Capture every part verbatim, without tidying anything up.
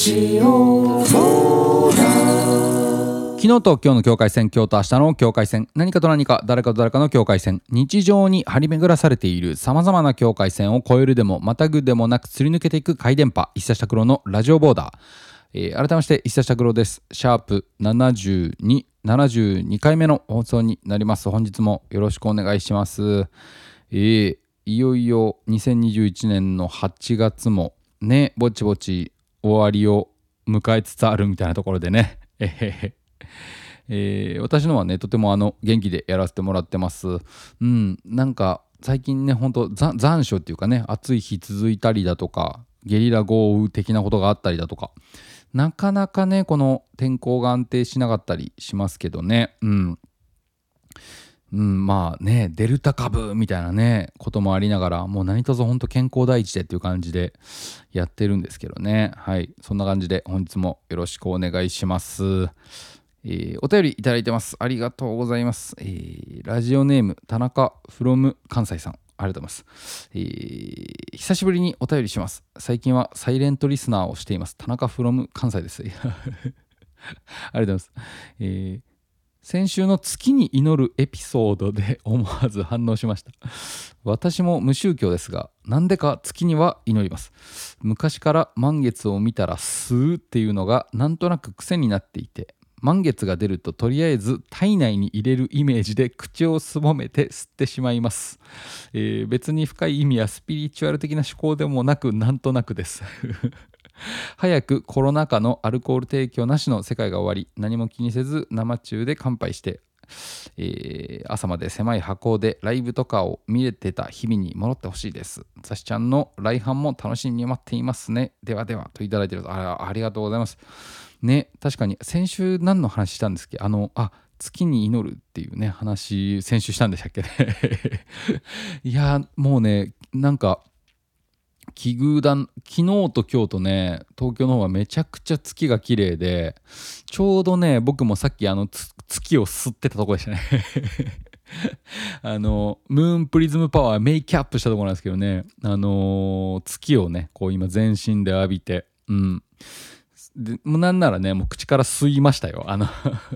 ジオフォーラ。昨日と今日の境界線、今日と明日の境界線、何かと何か、誰かと誰かの境界線、日常に張り巡らされている様々な境界線を越えるでもまたぐでもなくすり抜けていく回電波、石田拓郎のラジオボーダー。えー、改めまして石田拓郎です。シャープななじゅうに、ななじゅうにかいめの放送になります。本日もよろしくお願いします。えー、いよいよにせんにじゅういちねんのはちがつもね、ぼちぼち終わりを迎えつつあるみたいなところでね、えへへえー、私のはねとてもあの元気でやらせてもらってます。うん、なんか最近ねほんと残暑っていうかね、暑い日続いたりだとか、ゲリラ豪雨的なことがあったりだとか、なかなかねこの天候が安定しなかったりしますけどね。うんうん、まあねデルタ株みたいなねこともありながら、もう何卒ほんと健康第一でっていう感じでやってるんですけどね。はい、そんな感じで本日もよろしくお願いします。えー、お便りいただいてます。ありがとうございます。えー、ラジオネーム田中 from 関西さん、ありがとうございます。えー、久しぶりにお便りします。最近はサイレントリスナーをしています。田中 from 関西です。ありがとうございます。えー、先週の月に祈るエピソードで思わず反応しました。私も無宗教ですが、なんでか月には祈ります。昔から満月を見たら吸うっていうのがなんとなく癖になっていて、満月が出るととりあえず体内に入れるイメージで口をすぼめて吸ってしまいます。えー、別に深い意味やスピリチュアル的な思考でもなく、なんとなくです。早くコロナ禍のアルコール提供なしの世界が終わり、何も気にせず生中で乾杯して、えー、朝まで狭い箱でライブとかを見れてた日々に戻ってほしいです。ザシちゃんの来訪も楽しみに待っていますね。ではではといただいている。あ、ありがとうございますね。確かに先週何の話したんですっけ。あのあ月に祈るっていうね話先週したんでしたっけね。いやもうねなんか奇遇だ。昨日と今日とね東京の方はめちゃくちゃ月が綺麗で、ちょうどね僕もさっきあの月を吸ってたとこでしたね。あのムーンプリズムパワーメイキャップしたところなんですけどね、あのー、月をねこう今全身で浴びて、うんでもうなんならねもう口から吸いましたよ。あの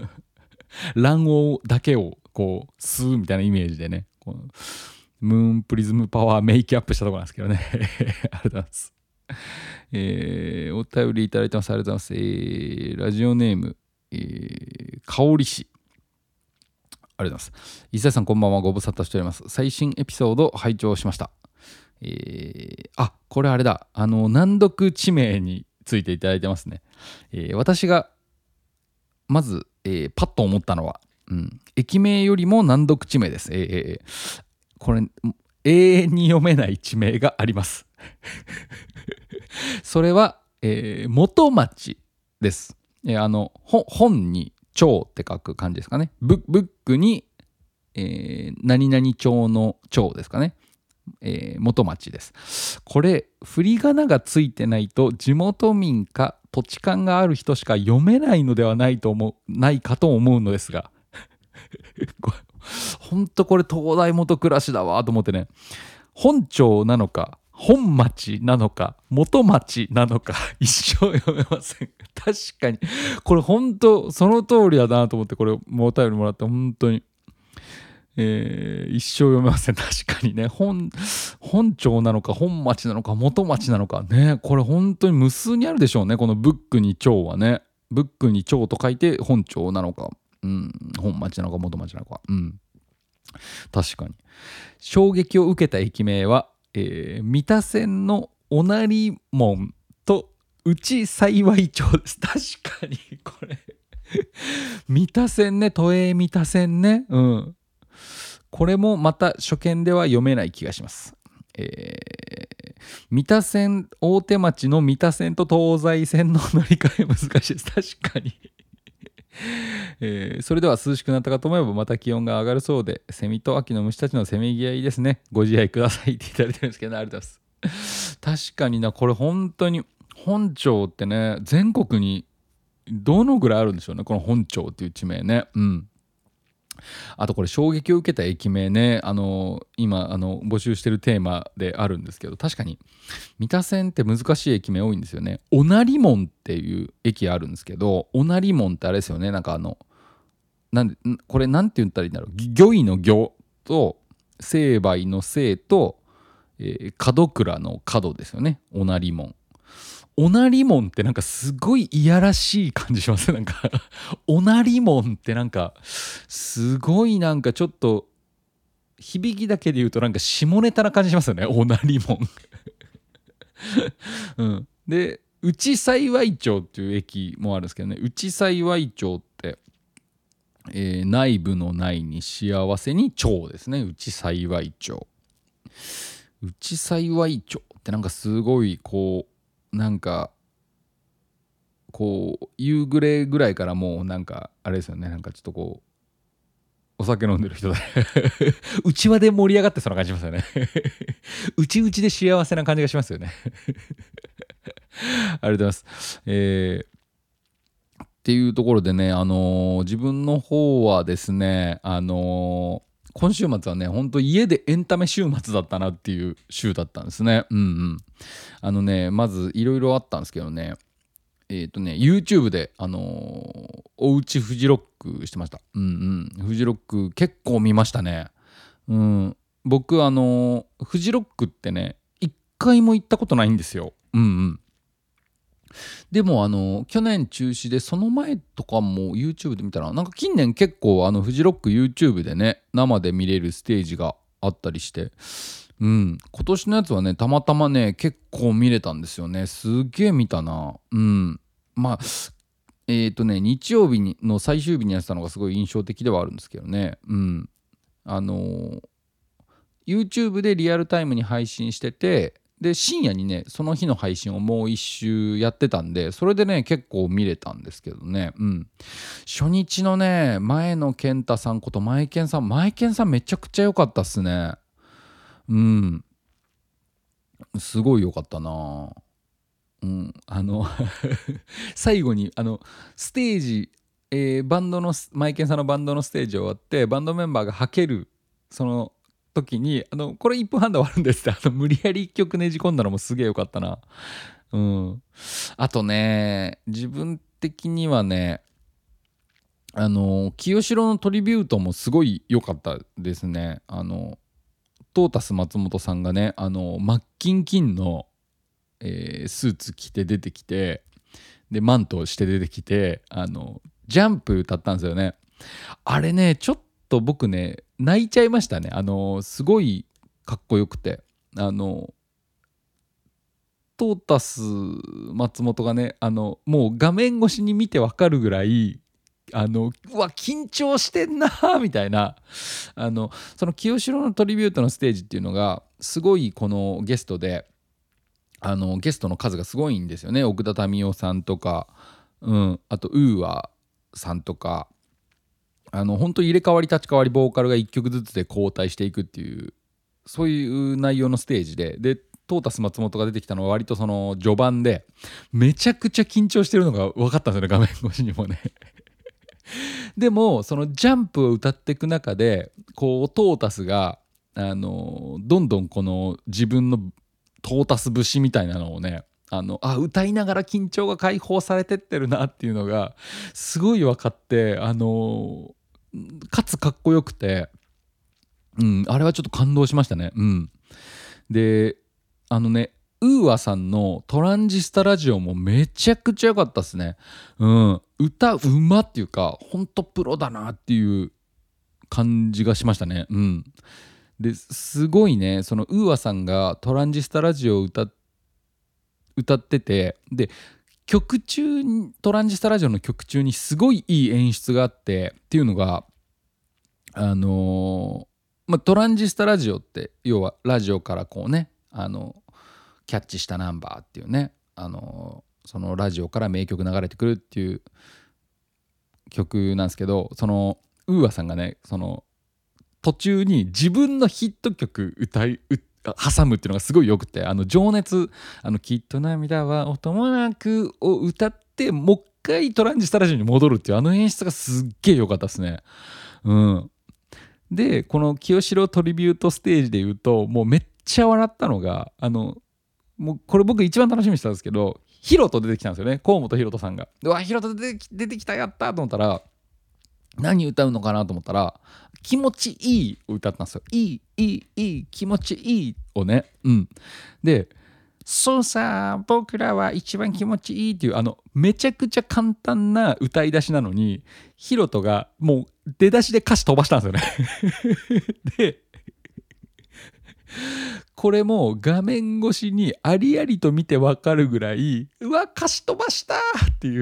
卵黄だけをこう吸うみたいなイメージでね、このムーンプリズムパワーメイキャップしたところなんですけどね。ありがとうございます。えー、お便りいただいてます。ありがとうございます。えー、ラジオネーム、えー、香り師、ありがとうございます。伊勢さんこんばんは、ご無沙汰しております。最新エピソード拝聴しました。えー、あこれあれだ、あの難読地名についていただいてますね。えー、私がまず、えー、パッと思ったのは、うん、駅名よりも難読地名です。えー、これ永遠に読めない地名があります。それは、えー、元町です。えー、あの本に町って書く感じですかね。ブブックに、えー、何々町の町ですかね。えー、元町です。これ振り仮名がついてないと地元民か土地勘がある人しか読めないのではないと思うないかと思うのですが、ほんとこれ東大元暮らしだわと思ってね、本町なのか本町なのか元町なのか一生読めません。確かにこれほんとその通りだなと思って、これもお便りもらって本当に、えー、一生読めません。確かにね、本本町なのか本町なのか元町なのかね、これ本当に無数にあるでしょうね。このブックに町はね、ブックに町と書いて本町なのか、うん、本町なのか元町なのか、うん、確かに衝撃を受けた駅名は、えー、三田線のおなり門と内幸町です。確かにこれ三田線ね、都営三田線ね、うん、これもまた初見では読めない気がします。えー、三田線、大手町の三田線と東西線の乗り換え難しいです。確かにえー、それでは涼しくなったかと思えばまた気温が上がるそうで、セミと秋の虫たちのせめぎ合いですね。ご自愛くださいっていただいてるんですけど、ね、ありがとうございます。確かにな、これ本当に本町ってね、全国にどのぐらいあるんでしょうね、この本町っていう地名ね。うん。 あとこれ衝撃を受けた駅名ね、あの今あの募集してるテーマであるんですけど、確かに三田線って難しい駅名多いんですよね。御成門っていう駅あるんですけど、御成門ってあれですよね、なんかあのなんでんこれなんて言ったらいいんだろう、ぎ魚医の魚と成敗の成と、えー門倉の門ですよね、御成門。御成門ってなんかすごいいやらしい感じしますなんか御成門ってなんかすごいなんかちょっと響きだけで言うとなんか下ネタな感じしますよね、御成門うん、で内幸町っていう駅もあるんですけどね、内幸町って、えー内部の内に幸せに町ですね、内幸町。内幸町ってなんかすごいこうなんかこう夕暮れぐらいからもうなんかあれですよね、なんかちょっとこうお酒飲んでる人でうちわで盛り上がってそうな感じしますよねうちうちで幸せな感じがしますよねありがとうございます。えーっていうところでね、あのー自分の方はですね、あのー今週末はね、ほんと家でエンタメ週末だったなっていう週だったんですね。うんうん。あのね、まずいろいろあったんですけどね、えっ、とね、YouTube で、あのーおうちフジロックしてました。うんうん。フジロック結構見ましたね。うん。僕、あのーフジロックってね、一回も行ったことないんですよ。うんうん。でも、あのー去年中止で、その前とかも YouTube で見たら、なんか近年結構、あの、フジロック YouTube でね、生で見れるステージがあったりして、うん、今年のやつはね、たまたまね、結構見れたんですよね。すっげえ見たな。うん。まあ、えっ、とね、日曜日にの最終日にやってたのがすごい印象的ではあるんですけどね。うん。あのー YouTube でリアルタイムに配信してて、で、深夜にね、その日の配信をもう一周やってたんで、それでね、結構見れたんですけどね。うん。初日のね、前野健太さんこと前健さん、前健さんめちゃくちゃ良かったっすね。うん。すごい良かったな。うん、あの最後にあのステージ、えーバンドのスマイケンさんのバンドのステージ終わってバンドメンバーがはけるその時にあのこれいっぷんはんで終わるんですってあの無理やりいっきょくねじ込んだのもすげえよかったな。うん。あとね自分的にはねあの清志郎のトリビュートもすごい良かったですね。あのトータス松本さんがねあのマッキンキンのえースーツ着て出てきてでマントをして出てきてあのジャンプ歌ったんですよね。あれねちょっと僕ね泣いちゃいましたね。あのすごいかっこよくてあのトータス松本がねあのもう画面越しに見てわかるぐらいあのうわ緊張してんなーみたいなあのその清志郎のトリビュートのステージっていうのがすごいこのゲストであのゲストの数がすごいんですよね。奥田民生さんとか、うん、あとウーアさんとかあの本当入れ替わり立ち替わりボーカルがいっきょくずつで交代していくっていうそういう内容のステージででトータス松本が出てきたのは割とその序盤でめちゃくちゃ緊張してるのが分かったんですよね、画面越しにもねでもそのジャンプを歌っていく中でこうトータスがあのどんどんこの自分のトータス節みたいなのをねあのあ歌いながら緊張が解放されてってるなっていうのがすごい分かってあのかつかっこよくて、うん、あれはちょっと感動しましたね。うん、であのねウーアさんのトランジスタラジオもめちゃくちゃ良かったっすね。うん、歌うまっていうかほんとプロだなっていう感じがしましたね。うん、ですごいねそのウーアさんがトランジスタラジオを歌歌っててで曲中にトランジスタラジオの曲中にすごいいい演出があってっていうのがあのーまあ、トランジスタラジオって要はラジオからこうねあのキャッチしたナンバーっていうねあのそのラジオから名曲流れてくるっていう曲なんですけどそのウーアさんがねその途中に自分のヒット曲歌いう挟むっていうのがすごいよくてあの情熱あのきっと涙は音もなくを歌ってもう一回トランジスタラジオに戻るっていうあの演出がすっげえ良かったですね。 うん。でこの清志郎トリビュートステージで言うともうめっちゃ笑ったのがあのもうこれ僕一番楽しみにしてたんですけど、ヒロト出てきたんですよね。河本ヒロトさんが。うわヒロト出てき出てきた、やったと思ったら、何歌うのかなと思ったら気持ちいいを歌ったんですよ。いいいいいい気持ちいいをね。うんでそうさ僕らは一番気持ちいいっていうあのめちゃくちゃ簡単な歌い出しなのにヒロトがもう出だしで歌詞飛ばしたんですよねでこれも画面越しにありありと見てわかるぐらいうわ歌詞飛ばしたっていう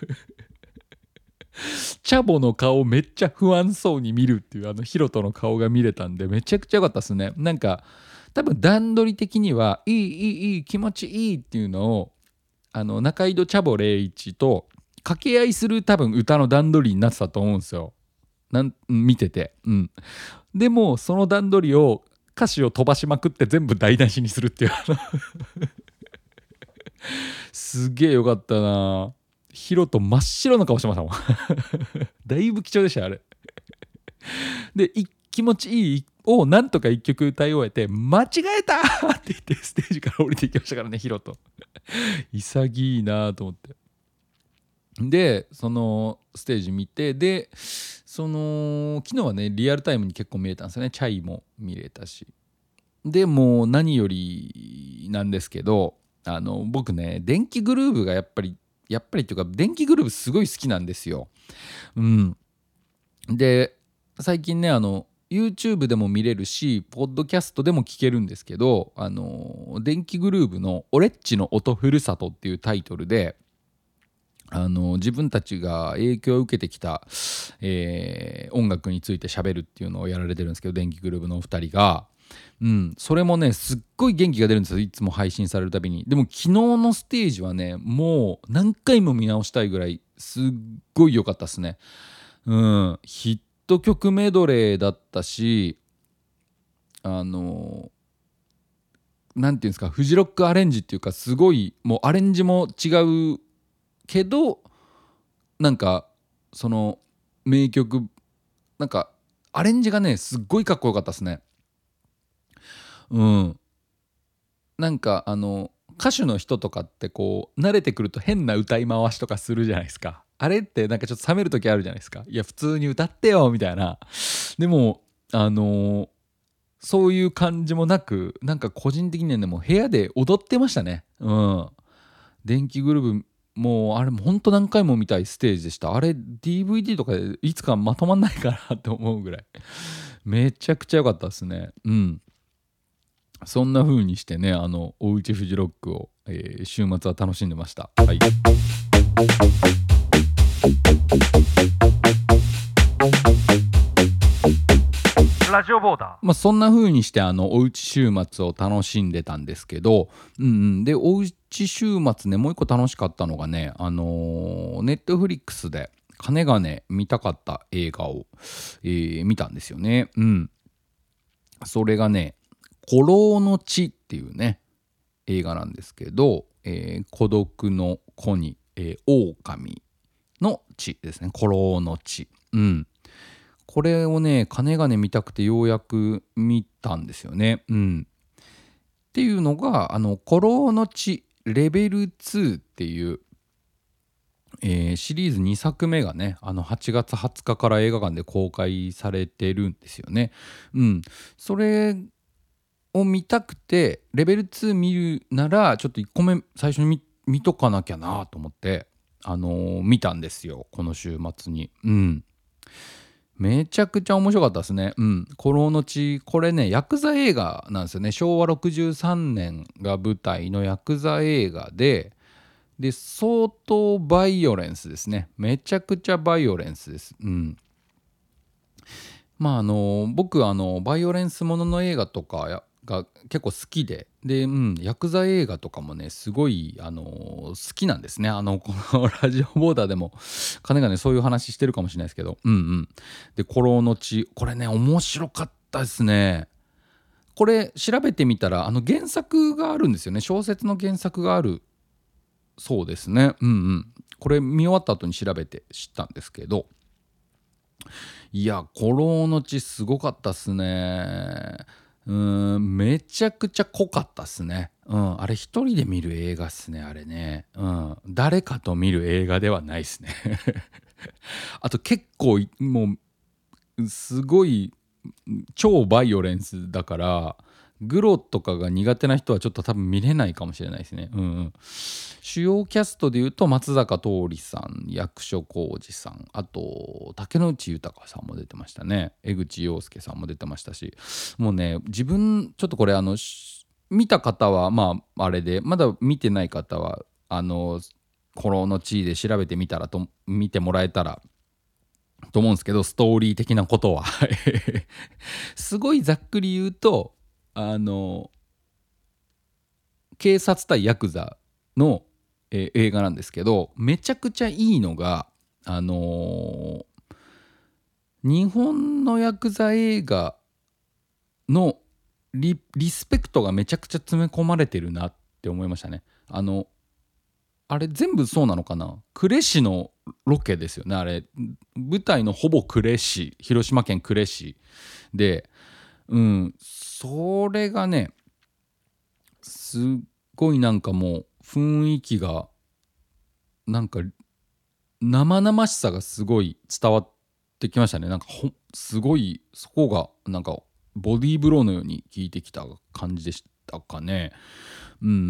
チャボの顔めっちゃ不安そうに見るっていうあのヒロトの顔が見れたんでめちゃくちゃ良かったですね。なんか多分段取り的にはいいいいいい気持ちいいっていうのをあの中井戸チャボレイチと掛け合いする多分歌の段取りになってたと思うんですよ。なん見てて、うん、でもその段取りを歌詞を飛ばしまくって全部台無しにするっていうすげえよかったな。ヒロト真っ白な顔してましたもんだいぶ貴重でしたよあれで気持ちいいをなんとか一曲歌い終えて間違えたって言ってステージから降りていきましたからねヒロト潔いなと思って。でそのステージ見てでその昨日はねリアルタイムに結構見れたんですよね。チャイも見れたしでもう何よりなんですけどあの僕ね電気グルーヴがやっぱりやっぱりっていうか電気グルーヴすごい好きなんですよ。うんで最近ねあの YouTube でも見れるしポッドキャストでも聞けるんですけどあの電気グルーヴの「オレッチの音ふるさと」っていうタイトルであの自分たちが影響を受けてきた、えー音楽について喋るっていうのをやられてるんですけど電気グルーヴのお二人が、うん、それもねすっごい元気が出るんですよいつも配信されるたびに。でも昨日のステージはねもう何回も見直したいぐらいすっごい良かったですね。うん、ヒット曲メドレーだったしあのなんていうんですかフジロックアレンジっていうかすごいもうアレンジも違うけどなんかその名曲なんかアレンジがねすっごいかっこよかったですね。うんなんかあの歌手の人とかってこう慣れてくると変な歌い回しとかするじゃないですか。あれってなんかちょっと冷める時あるじゃないですか。いや普通に歌ってよみたいな。でもあのーそういう感じもなくなんか個人的にはねもう部屋で踊ってましたね。うん電気グルーヴもうあれもほんと何回も見たいステージでした。あれ ディーブイディー とかでいつかまとまんないかなって思うぐらいめちゃくちゃ良かったですね。うんそんな風にしてねあのおうちフジロックを、えー週末は楽しんでました。はいラジオボーダー。 まあ、そんな風にしてあのおうち週末を楽しんでたんですけど、うんうん、でおうち週末ねもう一個楽しかったのがねあのネットフリックスでかねがね見たかった映画を、えー見たんですよね。うん、それがね「孤狼の血」っていうね映画なんですけど、えー孤独の子に、えー、狼の血ですね。孤狼の血。うんこれをね金がね見たくてようやく見たんですよね。うん、っていうのがあの「孤狼の血レベルツー」っていう、えーシリーズにさくめがねあのはちがつはつかから映画館で公開されてるんですよね。うん、それを見たくてレベルツー見るならちょっといっこめ最初に 見, 見とかなきゃなと思って、あのー見たんですよこの週末に。うんめちゃくちゃ面白かったですね。うん。孤狼の血、これね、ヤクザ映画なんですよね。しょうわろくじゅうさんねんが舞台のヤクザ映画で、で、相当バイオレンスですね。めちゃくちゃバイオレンスです。うん。まあ、あの、僕、あの、バイオレンスものの映画とかやが結構好きで、で、うん、ヤクザ映画とかもね、すごい、あの、好きなんですね。あの、このラジオボーダーでも、金がね、そういう話してるかもしれないですけど、うんうん。で、孤狼の血、これね、面白かったですね。これ、調べてみたら、あの、原作があるんですよね。小説の原作があるそうですね。うんうん。これ見終わった後に調べて知ったんですけど、 いや、古老の地すごかったっすね。うーん、めちゃくちゃ濃かったっすね。うん、あれ一人で見る映画っすね、あれね。うん、誰かと見る映画ではないっすね。あと結構いもうすごい超バイオレンスだからグロとかが苦手な人はちょっと多分見れないかもしれないですね。うんうん、主要キャストでいうと松坂桃李さん、役所広司さん、あと竹野内豊さんも出てましたね。江口洋介さんも出てましたし、もうね自分ちょっとこれあの見た方はまああれで、まだ見てない方はあの古老の地で調べてみたらと見てもらえたらと思うんですけど、ストーリー的なことはすごいざっくり言うと、あの警察対ヤクザの、えー映画なんですけど、めちゃくちゃいいのが、あのー日本のヤクザ映画のリリスペクトがめちゃくちゃ詰め込まれてるなって思いましたね。あのあれ全部そうなのかな、呉市のロケですよね、あれ舞台のほぼ呉市、広島県呉市で、うん、それがねすっごいなんかもう雰囲気がなんか生々しさがすごい伝わってきましたね。なんかほすごいそこがなんかボディーブローのように効いてきた感じでしたかね。うんうん。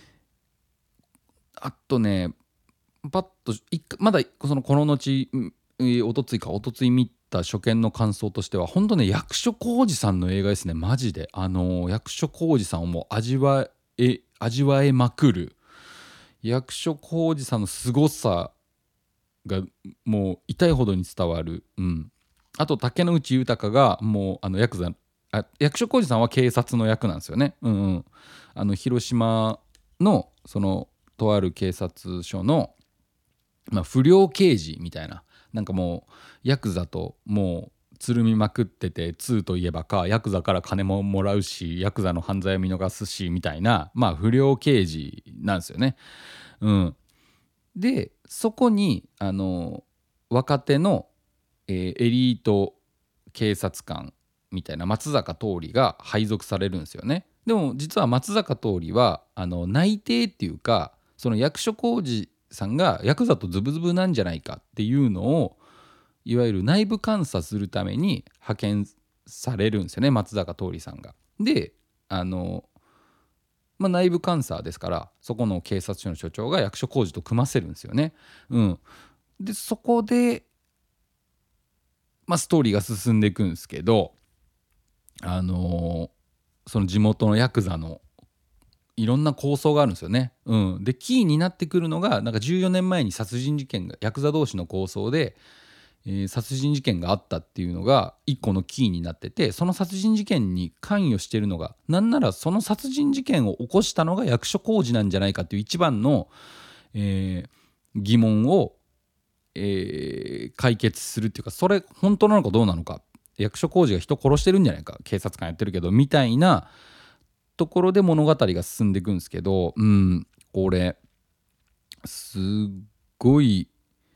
あとねパッと一回まだそのこの後、えーおとついかおとつい見た初見の感想としては、本当ね役所広司さんの映画ですね、マジで。あのー役所広司さんをもう味わえ味わえまくる、役所広司さんの凄さがもう痛いほどに伝わる。うん、あと竹野内豊がもうあのヤクザ、あ役所広司さんは警察の役なんですよね。うんうん、あの広島のそのとある警察署のまあ、不良刑事みたいな、なんかもうヤクザともうつるみまくってて、ツーといえばかヤクザから金ももらうしヤクザの犯罪を見逃すしみたいな、まあ不良刑事なんですよね。うん、でそこにあの若手の、えーエリート警察官みたいな松坂桃李が配属されるんですよね。でも実は松坂桃李はあの内定っていうか、その役所広司さんがヤクザとズブズブなんじゃないかっていうのをいわゆる内部監査するために派遣されるんですよね、松坂桃李さんが。であの、まあ、内部監査ですからそこの警察署の署長が役所広司と組ませるんですよね。うん、でそこで、まあ、ストーリーが進んでいくんですけど、あのその地元のヤクザのいろんな構想があるんですよね。うん、でキーになってくるのがなんかじゅうよねんまえに殺人事件がヤクザ同士の抗争で、えー殺人事件があったっていうのが一個のキーになってて、その殺人事件に関与してるのがなんならその殺人事件を起こしたのが役所広司なんじゃないかっていう一番の、えー疑問を、えー解決するっていうか、それ本当なのかどうなのか、役所広司が人殺してるんじゃないか、警察官やってるけどみたいなところで物語が進んでいくんですけど、うん、これすっごい、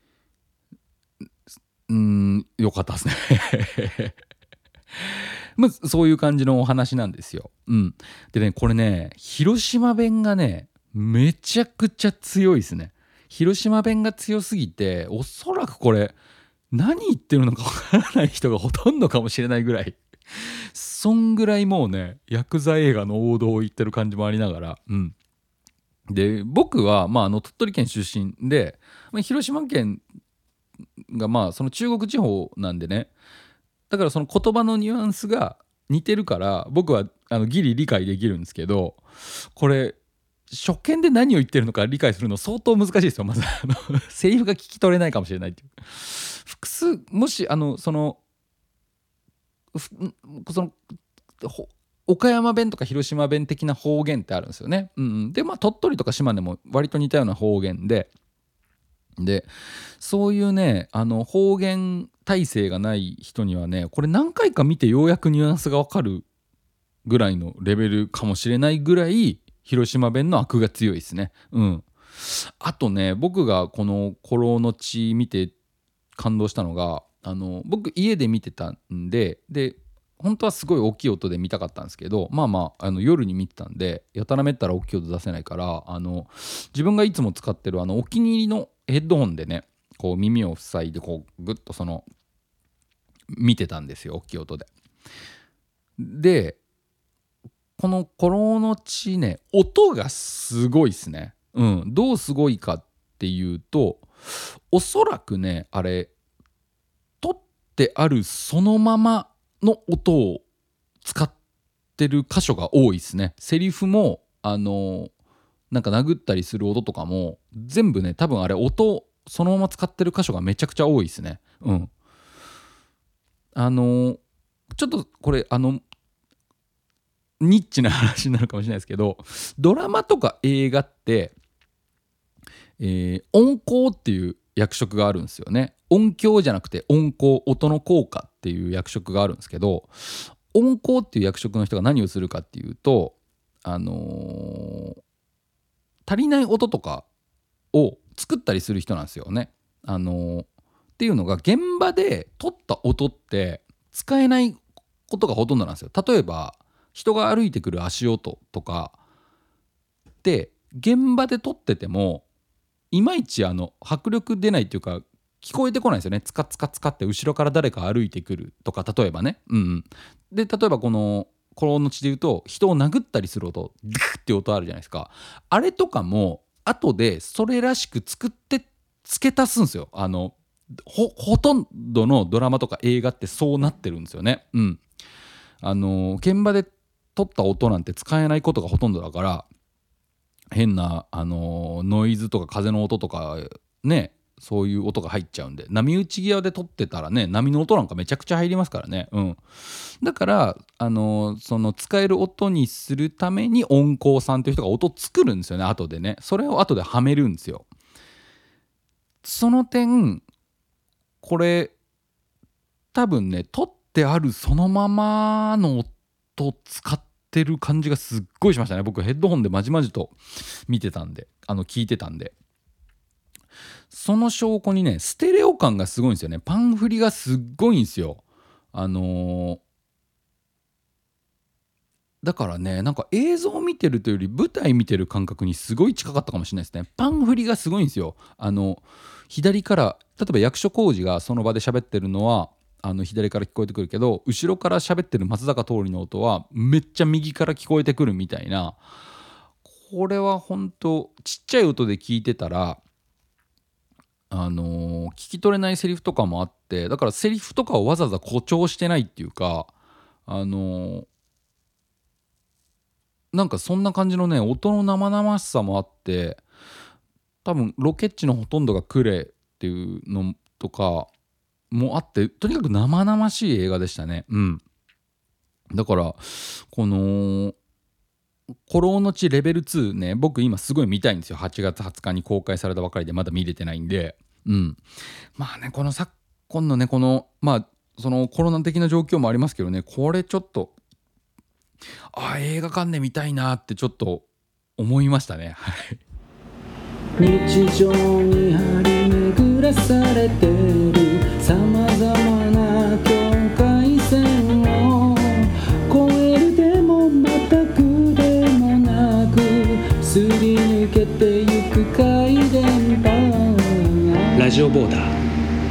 うん、良かったですね。まあ、そういう感じのお話なんですよ。うん、でねこれね広島弁がねめちゃくちゃ強いですね。広島弁が強すぎておそらくこれ何言ってるのかわからない人がほとんどかもしれないぐらい、そんぐらいもうねヤクザ映画の王道を言ってる感じもありながら、うん、で僕は、まあ、あの鳥取県出身で、まあ、広島県がまあその中国地方なんでね、だからその言葉のニュアンスが似てるから僕はあのギリ理解できるんですけど、これ初見で何を言ってるのか理解するの相当難しいですよ。まずあのセリフが聞き取れないかもしれないっていう、複数もしあのそのその岡山弁とか広島弁的な方言ってあるんですよね。うんうん、でまあ鳥取とか島根も割と似たような方言で、でそういうねあの方言体制がない人にはねこれ何回か見てようやくニュアンスが分かるぐらいのレベルかもしれないぐらい広島弁の悪が強いですね。うん、あとね僕がこの「古老の地」見て感動したのがあの僕家で見てたんでで本当はすごい大きい音で見たかったんですけど、まあまあ、あの夜に見てたんでやたらめったら大きい音出せないから、あの自分がいつも使ってるあのお気に入りのヘッドホンでね、こう耳を塞いでこうグッとその見てたんですよ、大きい音で。でこのコロの地ね、音がすごいっすね。うん、どうすごいかっていうと、おそらくね、あれ取ってあるそのままの音を使ってる箇所が多いですね。セリフもあのなんか殴ったりする音とかも全部ね、多分あれ音そのまま使ってる箇所がめちゃくちゃ多いですね。うん。あのちょっとこれあのニッチな話になるかもしれないですけど、ドラマとか映画って、えー音効っていう役職があるんですよね。音響じゃなくて音効、音の効果っていう役職があるんですけど、音効っていう役職の人が何をするかっていうと、あのー足りない音とかを作ったりする人なんですよね。あのーっていうのが、現場で撮った音って使えないことがほとんどなんですよ。例えば人が歩いてくる足音とかって現場で撮っててもいまいちあの迫力出ないっていうか、聞こえてこないんですよね。つかつかつかって後ろから誰か歩いてくるとか、例えばね、うんうん、で例えばこのコロの地で言うと、人を殴ったりする音、グッって音あるじゃないですか。あれとかも後でそれらしく作って付け足すんですよ。あの ほ, ほとんどのドラマとか映画ってそうなってるんですよね。うん。あの現場で撮った音なんて使えないことがほとんどだから、変な、あのノイズとか風の音とかね、そういう音が入っちゃうんで、波打ち際で撮ってたらね、波の音なんかめちゃくちゃ入りますからね。うん。だから、あのその使える音にするために音効さんという人が音作るんですよね、後でね。それを後ではめるんですよ。その点これ多分ね、撮ってあるそのままの音使ってる感じがすっごいしましたね。僕ヘッドホンでまじまじと見てたんで、あの聞いてたんで、その証拠にね、ステレオ感がすごいんですよね。パン振りがすっごいんですよ。あのーだからね、なんか映像を見てるというより舞台見てる感覚にすごい近かったかもしれないですね。パン振りがすごいんですよ。あの左から、例えば役所広司がその場で喋ってるのはあの左から聞こえてくるけど、後ろから喋ってる松坂桃李の音はめっちゃ右から聞こえてくるみたいな。これは本当ちっちゃい音で聞いてたら、あのー聞き取れないセリフとかもあって、だからセリフとかをわざわざ誇張してないっていうか、あのーなんかそんな感じのね、音の生々しさもあって、多分ロケ地のほとんどがクレーっていうのとかもあって、とにかく生々しい映画でしたね。うん。だからこの「孤狼の血レベルツー」ね、僕今すごい見たいんですよ。はちがつはつかに公開されたばかりでまだ見れてないんで。うん。まあね、この昨今のね、このまあそのコロナ的な状況もありますけどね、これちょっとあ映画館で見たいなってちょっと思いましたね。はい。 日常に張り巡らされてるさまざまな境界線を越えるでもまたくでもなくすり抜けてゆく回電波ラジオボーダー。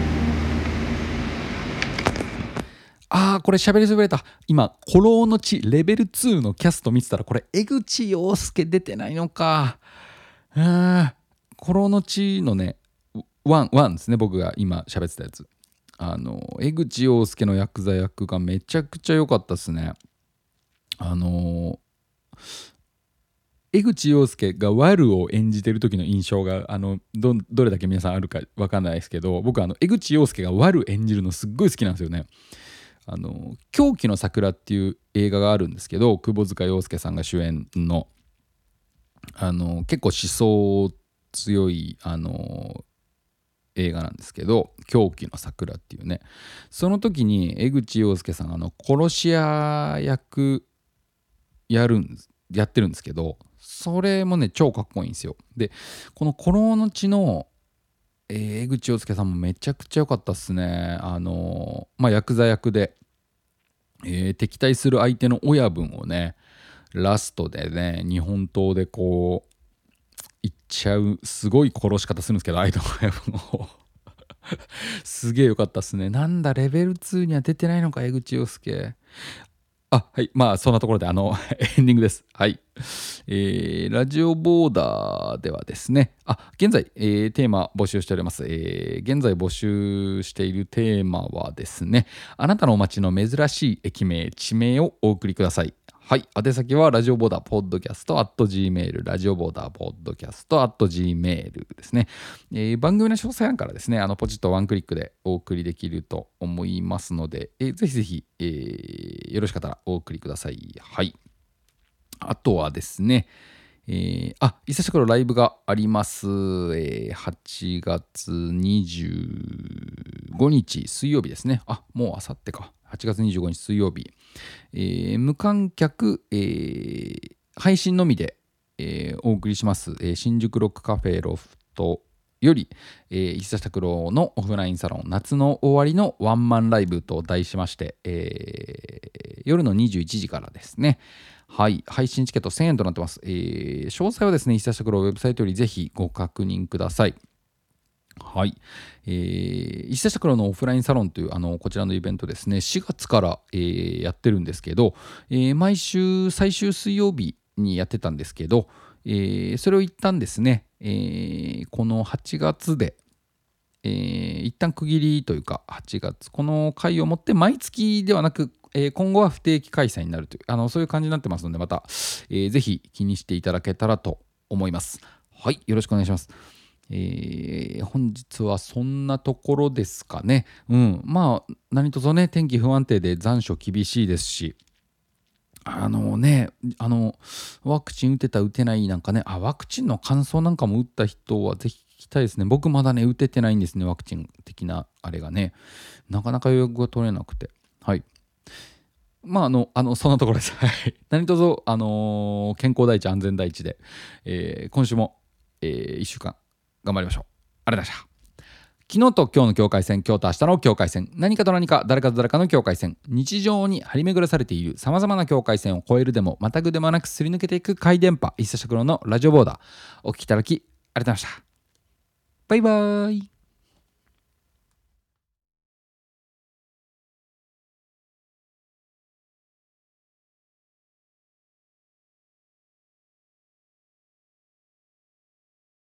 あーこれ喋りそびれた。今「孤狼の血レベルツー」のキャスト見てたら、これ江口洋介出てないのか。うーん孤狼の血のねワンワンですね、僕が今喋ってたやつ。あの江口洋介のヤクザ役がめちゃくちゃ良かったっすね。あの江口洋介がワルを演じてる時の印象があの ど, どれだけ皆さんあるか分かんないですけど、僕はあの江口洋介がワル演じるのすっごい好きなんですよね。あの狂気の桜っていう映画があるんですけど、窪塚洋介さんが主演のあの結構思想強いあの映画なんですけど、狂気の桜っていうね、その時に江口洋介さんあの殺し屋役やるんやってるんですけど、それもね超かっこいいんですよ。でこの「孤狼の血」のえー江口洋介さんもめちゃくちゃ良かったっすね。あのーまあヤクザ役で、えー敵対する相手の親分をね、ラストでね、日本刀でこういっちゃう、すごい殺し方するんですけど、相手の親分をすげえ良かったっすね。なんだ、レベルツーには出てないのか、江口洋介。あ、はい。まあ、そんなところで、あの、エンディングです。はい。えーラジオボーダーではですね、あ、現在、えーテーマ募集しております。えー現在募集しているテーマはですね、あなたの街の珍しい駅名、地名をお送りください。はい。宛先は、ラジオボーダーポッドキャスト at gmail、ラジオボーダーポッドキャスト at gmail ですね。えー番組の詳細欄からですね、あの、ポチッとワンクリックでお送りできると思いますので、えーぜひぜひ、えーよろしかったらお送りください。はい。あとはですね、えー、あ、伊勢桜ライブがあります。えーはちがつにじゅうごにち水曜日ですね。あ、もうあさってか。はちがつにじゅうごにち水曜日。えー無観客、えー配信のみで、えーお送りします、えー新宿ロックカフェロフトより、えー、伊勢拓郎のオフラインサロン夏の終わりのワンマンライブと題しまして、えー夜のにじゅういちじからですね。はい、配信チケットせんえんとなってます。えー詳細はですね、伊勢拓郎ウェブサイトよりぜひご確認ください。はい、えー、伊勢桜のオフラインサロンというあのこちらのイベントですね、しがつから、えーやってるんですけど、えー毎週最終水曜日にやってたんですけど、えーそれを一旦ですね、えーこのはちがつで、えー一旦区切りというか、はちがつこの回をもって毎月ではなく、えー今後は不定期開催になるという、あのそういう感じになってますので、また、えーぜひ気にしていただけたらと思います。はい、よろしくお願いします。えー本日はそんなところですかね。うん、まあ何卒ね、天気不安定で残暑厳しいですし、あのね、あのワクチン打てた打てないなんかね、あ、ワクチンの感想なんかも打った人はぜひ聞きたいですね。僕まだね打ててないんですね、ワクチン的なあれがね、なかなか予約が取れなくて、はい。まああのあのそんなところです。はい。何卒あのー健康第一安全第一で、えー今週も、えー、いっしゅうかん頑張りましょう。ありがとうございました。昨日と今日の境界線、今日と明日の境界線、何かと何か、誰かと誰かの境界線、日常に張り巡らされているさまざまな境界線を越えるでもまたぐでもなくすり抜けていく回電波、伊勢拓郎のラジオボーダー、お聞きいただきありがとうございました。バイバーイ。